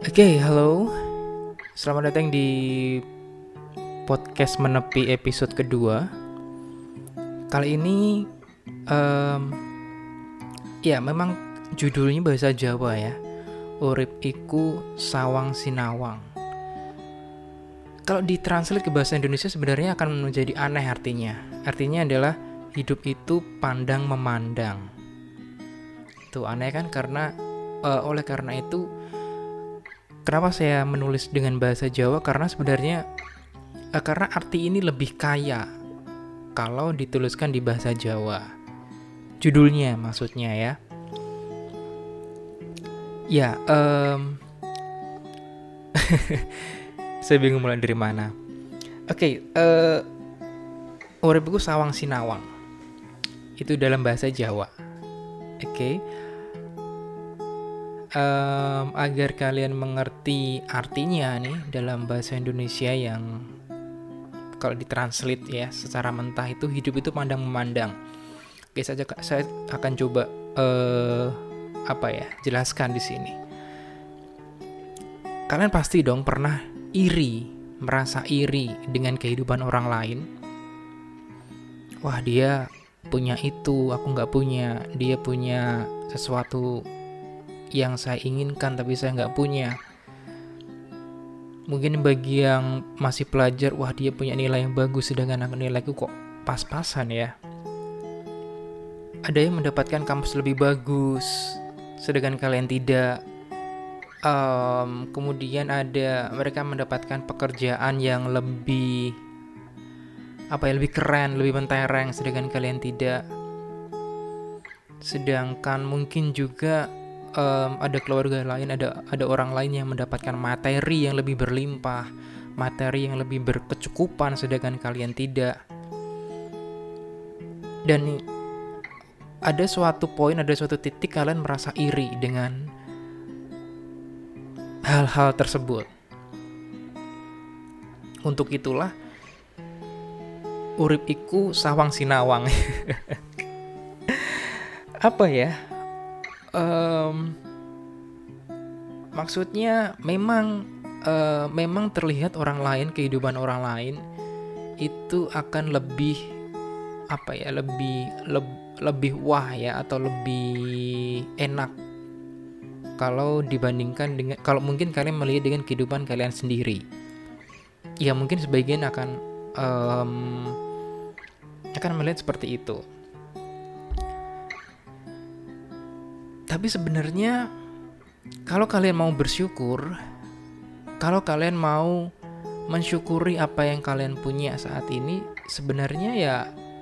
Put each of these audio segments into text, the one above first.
Oke, halo. Selamat datang di podcast Menepi episode kedua. Kali ini, em, ya memang judulnya bahasa Jawa ya. Urip iku sawang sinawang. Kalau ditranslate ke bahasa Indonesia sebenarnya akan menjadi aneh artinya. Artinya adalah hidup itu pandang memandang. Itu aneh kan karena oleh karena itu kenapa saya menulis dengan bahasa Jawa? Karena sebenarnya karena arti ini lebih kaya kalau dituliskan di bahasa Jawa. Judulnya maksudnya ya. Ya, saya bingung mulai dari mana. Oke, urip iku sawang sinawang. Itu dalam bahasa Jawa. Oke. Agar kalian mengerti artinya nih dalam bahasa Indonesia yang kalau ditranslate ya secara mentah itu hidup itu pandang memandang. Oke, saya akan coba jelaskan di sini. Kalian pasti dong pernah merasa iri dengan kehidupan orang lain. Wah, dia punya itu, aku nggak punya. Dia punya sesuatu yang saya inginkan tapi saya nggak punya. Mungkin bagi yang masih pelajar, wah dia punya nilai yang bagus sedangkan nilaiku kok pas-pasan ya. Ada yang mendapatkan kampus lebih bagus sedangkan kalian tidak. Kemudian ada mereka mendapatkan pekerjaan yang lebih lebih keren, lebih mentereng sedangkan kalian tidak. Sedangkan mungkin juga ada keluarga lain, ada orang lain yang mendapatkan materi yang lebih berlimpah, materi yang lebih berkecukupan sedangkan kalian tidak. Dan ada suatu titik kalian merasa iri dengan hal-hal tersebut. Untuk itulah urip iku sawang sinawang. Apa ya? Maksudnya memang terlihat orang lain, kehidupan orang lain itu akan lebih lebih wah ya, atau lebih enak kalau dibandingkan dengan, kalau mungkin kalian melihat dengan kehidupan kalian sendiri. Ya mungkin sebagian akan melihat seperti itu. Tapi sebenarnya kalau kalian mau bersyukur, kalau kalian mau mensyukuri apa yang kalian punya saat ini, sebenarnya ya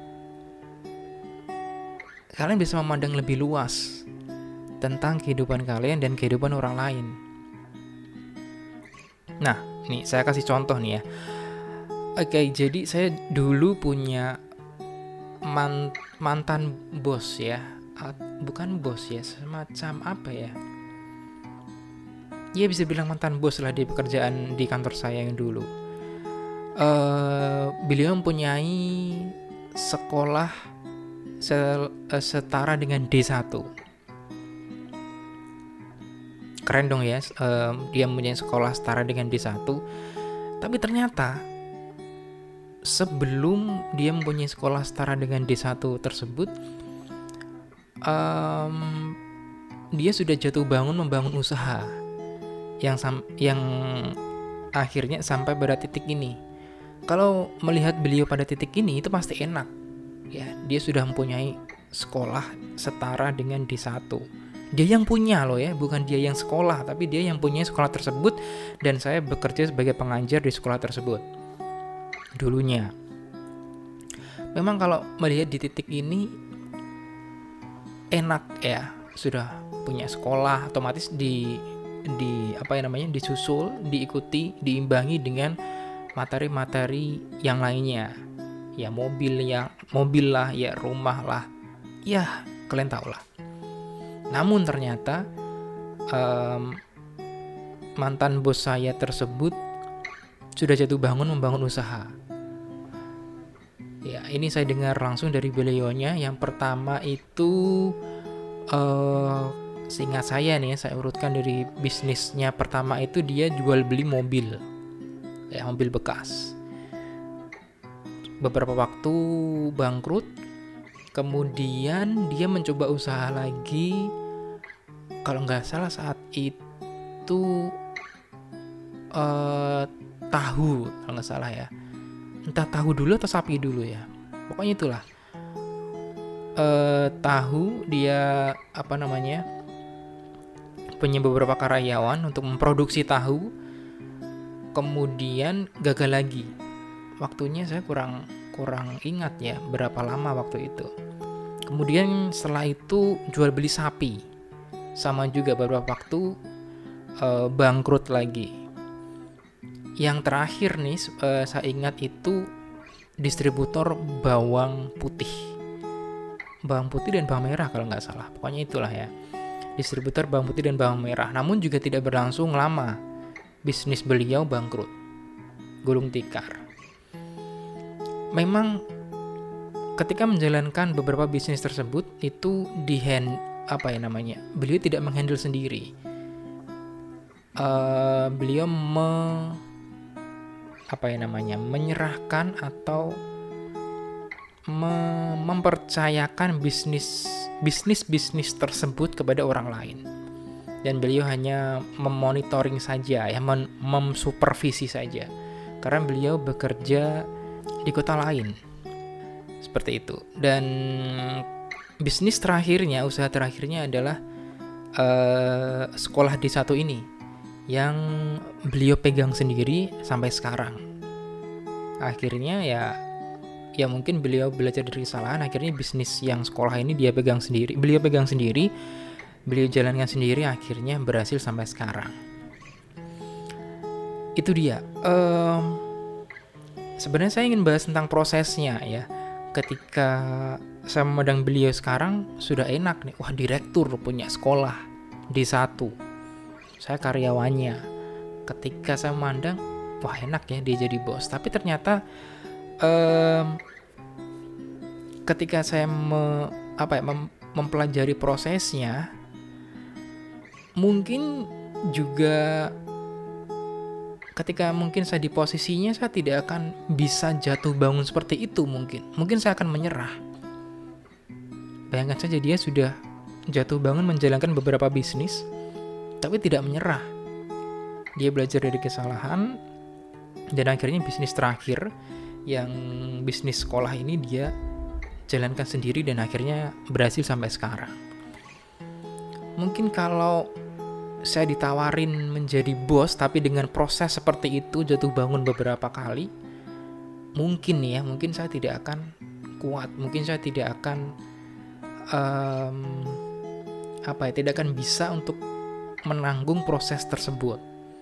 kalian bisa memandang lebih luas tentang kehidupan kalian dan kehidupan orang lain. Nah, nih saya kasih contoh nih ya. Oke, jadi saya dulu punya mantan bos ya. Bukan bos ya, semacam apa ya? Ya bisa bilang mantan bos lah di pekerjaan di kantor saya yang dulu. Beliau mempunyai sekolah setara dengan D1. Keren dong ya, dia mempunyai sekolah setara dengan D1. Tapi ternyata sebelum dia mempunyai sekolah setara dengan D1 tersebut, dia sudah jatuh bangun membangun usaha yang akhirnya sampai pada titik ini. Kalau melihat beliau pada titik ini itu pasti enak ya, dia sudah mempunyai sekolah setara dengan D1. Dia yang punya loh ya, bukan dia yang sekolah, tapi dia yang punya sekolah tersebut, dan saya bekerja sebagai pengajar di sekolah tersebut dulunya. Memang kalau melihat di titik ini enak ya, sudah punya sekolah, otomatis disusul, diikuti, diimbangi dengan materi-materi yang lainnya. Ya mobil lah, ya rumah lah. Ya, kalian tahu lah. Namun ternyata mantan bos saya tersebut sudah jatuh bangun membangun usaha. Ya, ini saya dengar langsung dari beliaunya. Yang pertama itu seingat saya nih, saya urutkan dari bisnisnya pertama itu dia jual beli mobil, ya mobil bekas. Beberapa waktu bangkrut, kemudian dia mencoba usaha lagi. Kalau nggak salah saat itu tahu, kalau nggak salah ya, entah tahu dulu atau sapi dulu ya, pokoknya itulah. Tahu dia punya beberapa karyawan untuk memproduksi tahu, kemudian gagal lagi. Waktunya saya kurang ingat ya berapa lama waktu itu. Kemudian setelah itu jual beli sapi, sama juga beberapa waktu bangkrut lagi. Yang terakhir nih saya ingat itu distributor bawang putih dan bawang merah kalau nggak salah, pokoknya itulah ya, distributor bawang putih dan bawang merah. Namun juga tidak berlangsung lama, bisnis beliau bangkrut, gulung tikar. Memang ketika menjalankan beberapa bisnis tersebut itu beliau tidak menghandle sendiri. Beliau menyerahkan atau mempercayakan bisnis tersebut kepada orang lain, dan beliau hanya memonitoring saja ya, memsupervisi saja, karena beliau bekerja di kota lain seperti itu. Dan usaha terakhirnya adalah sekolah D1 ini yang beliau pegang sendiri sampai sekarang. Akhirnya ya mungkin beliau belajar dari kesalahan, akhirnya bisnis yang sekolah ini beliau pegang sendiri, beliau jalankan sendiri, akhirnya berhasil sampai sekarang. Itu dia. Sebenarnya saya ingin bahas tentang prosesnya ya. Ketika saya memandang beliau sekarang sudah enak nih, wah direktur punya sekolah D1, saya karyawannya. Ketika saya memandang, wah enak ya dia jadi bos. Tapi ternyata ketika saya mempelajari prosesnya, mungkin juga ketika mungkin saya di posisinya, saya tidak akan bisa jatuh bangun seperti itu. Mungkin saya akan menyerah. Bayangkan saja dia sudah jatuh bangun menjalankan beberapa bisnis, tapi tidak menyerah. Dia belajar dari kesalahan, dan akhirnya bisnis terakhir, yang bisnis sekolah ini dia jalankan sendiri, dan akhirnya berhasil sampai sekarang. Mungkin kalau saya ditawarin menjadi bos tapi dengan proses seperti itu, jatuh bangun beberapa kali, mungkin saya tidak akan kuat, mungkin saya tidak akan tidak akan bisa untuk menanggung proses tersebut.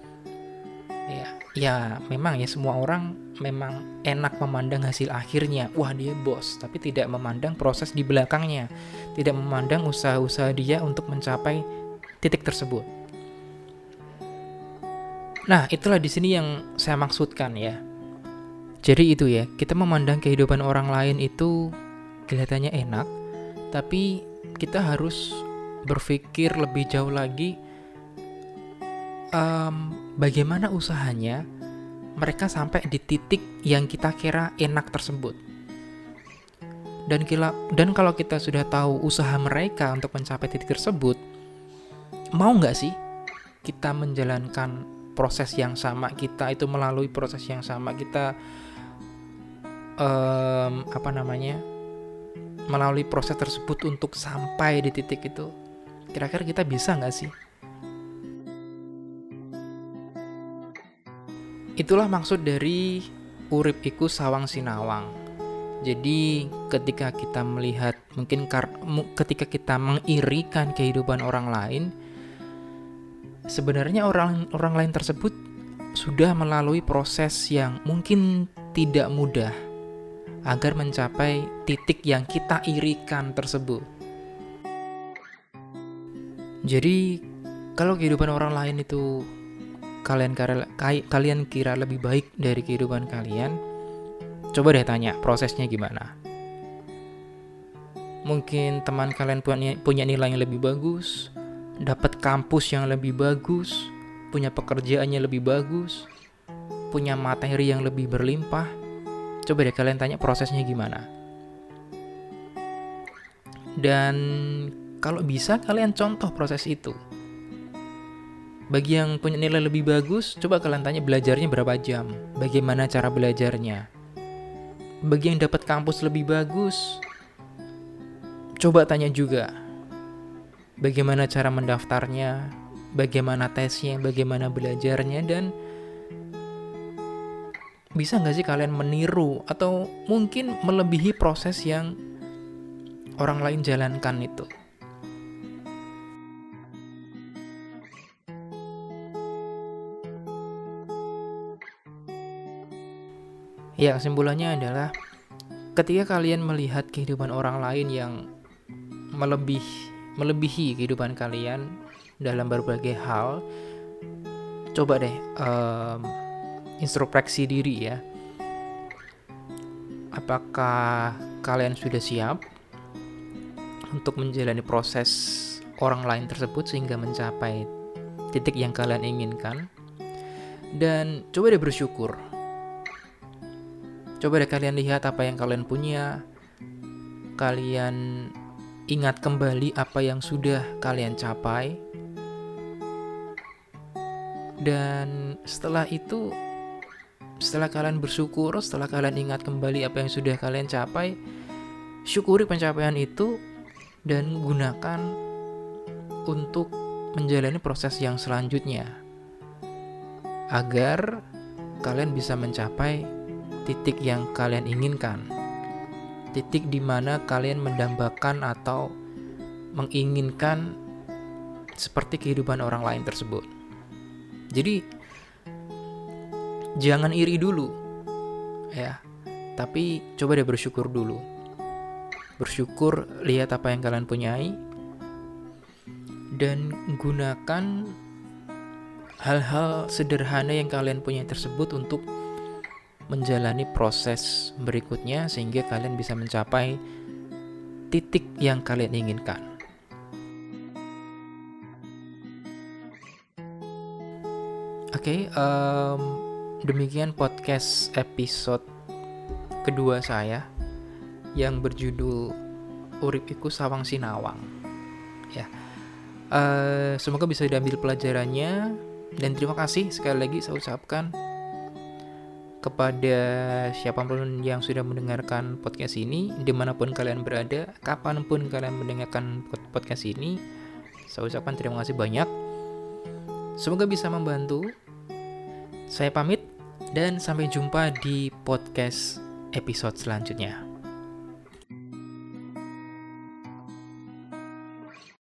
Ya memang ya, semua orang memang enak memandang hasil akhirnya, wah dia bos, tapi tidak memandang proses di belakangnya, tidak memandang usaha-usaha dia untuk mencapai titik tersebut. Nah, itulah di sini yang saya maksudkan ya. Jadi itu ya, kita memandang kehidupan orang lain itu kelihatannya enak, tapi kita harus berpikir lebih jauh lagi, bagaimana usahanya mereka sampai di titik yang kita kira enak tersebut. Dan kalau kita sudah tahu usaha mereka untuk mencapai titik tersebut, mau nggak sih kita menjalankan proses yang sama, kita itu melalui proses yang sama, kita melalui proses tersebut untuk sampai di titik itu. Kira-kira kita bisa nggak sih? Itulah maksud dari urip iku sawang sinawang. Jadi ketika kita melihat, ketika kita mengirikan kehidupan orang lain, sebenarnya orang lain tersebut sudah melalui proses yang mungkin tidak mudah agar mencapai titik yang kita irikan tersebut. Jadi kalau kehidupan orang lain itu kalian kira lebih baik dari kehidupan kalian, coba deh tanya prosesnya gimana. Mungkin teman kalian punya nilai yang lebih bagus, dapat kampus yang lebih bagus, punya pekerjaannya lebih bagus, punya materi yang lebih berlimpah. Coba deh kalian tanya prosesnya gimana. Dan kalau bisa kalian contoh proses itu. Bagi yang punya nilai lebih bagus, coba kalian tanya belajarnya berapa jam, bagaimana cara belajarnya. Bagi yang dapat kampus lebih bagus, coba tanya juga bagaimana cara mendaftarnya, bagaimana tesnya, bagaimana belajarnya, dan bisa nggak sih kalian meniru atau mungkin melebihi proses yang orang lain jalankan itu. Ya, kesimpulannya adalah ketika kalian melihat kehidupan orang lain yang melebihi kehidupan kalian dalam berbagai hal, coba deh introspeksi diri ya. Apakah kalian sudah siap untuk menjalani proses orang lain tersebut sehingga mencapai titik yang kalian inginkan? Dan coba deh bersyukur. Coba deh kalian lihat apa yang kalian punya. Kalian ingat kembali apa yang sudah kalian capai. Dan setelah itu, setelah kalian bersyukur, setelah kalian ingat kembali apa yang sudah kalian capai, syukuri pencapaian itu dan gunakan untuk menjalani proses yang selanjutnya agar kalian bisa mencapai titik yang kalian inginkan, titik di mana kalian mendambakan atau menginginkan seperti kehidupan orang lain tersebut. Jadi jangan iri dulu ya, tapi coba deh bersyukur dulu. Bersyukur, lihat apa yang kalian punyai, dan gunakan hal-hal sederhana yang kalian punya tersebut untuk menjalani proses berikutnya sehingga kalian bisa mencapai titik yang kalian inginkan. Oke, demikian podcast episode kedua saya yang berjudul Urip Iku Sawang Sinawang. Ya, semoga bisa diambil pelajarannya, dan terima kasih sekali lagi saya ucapkan kepada siapapun yang sudah mendengarkan podcast ini, dimanapun kalian berada, kapanpun kalian mendengarkan podcast ini. Saya ucapkan terima kasih banyak. Semoga bisa membantu. Saya pamit dan sampai jumpa di podcast episode selanjutnya.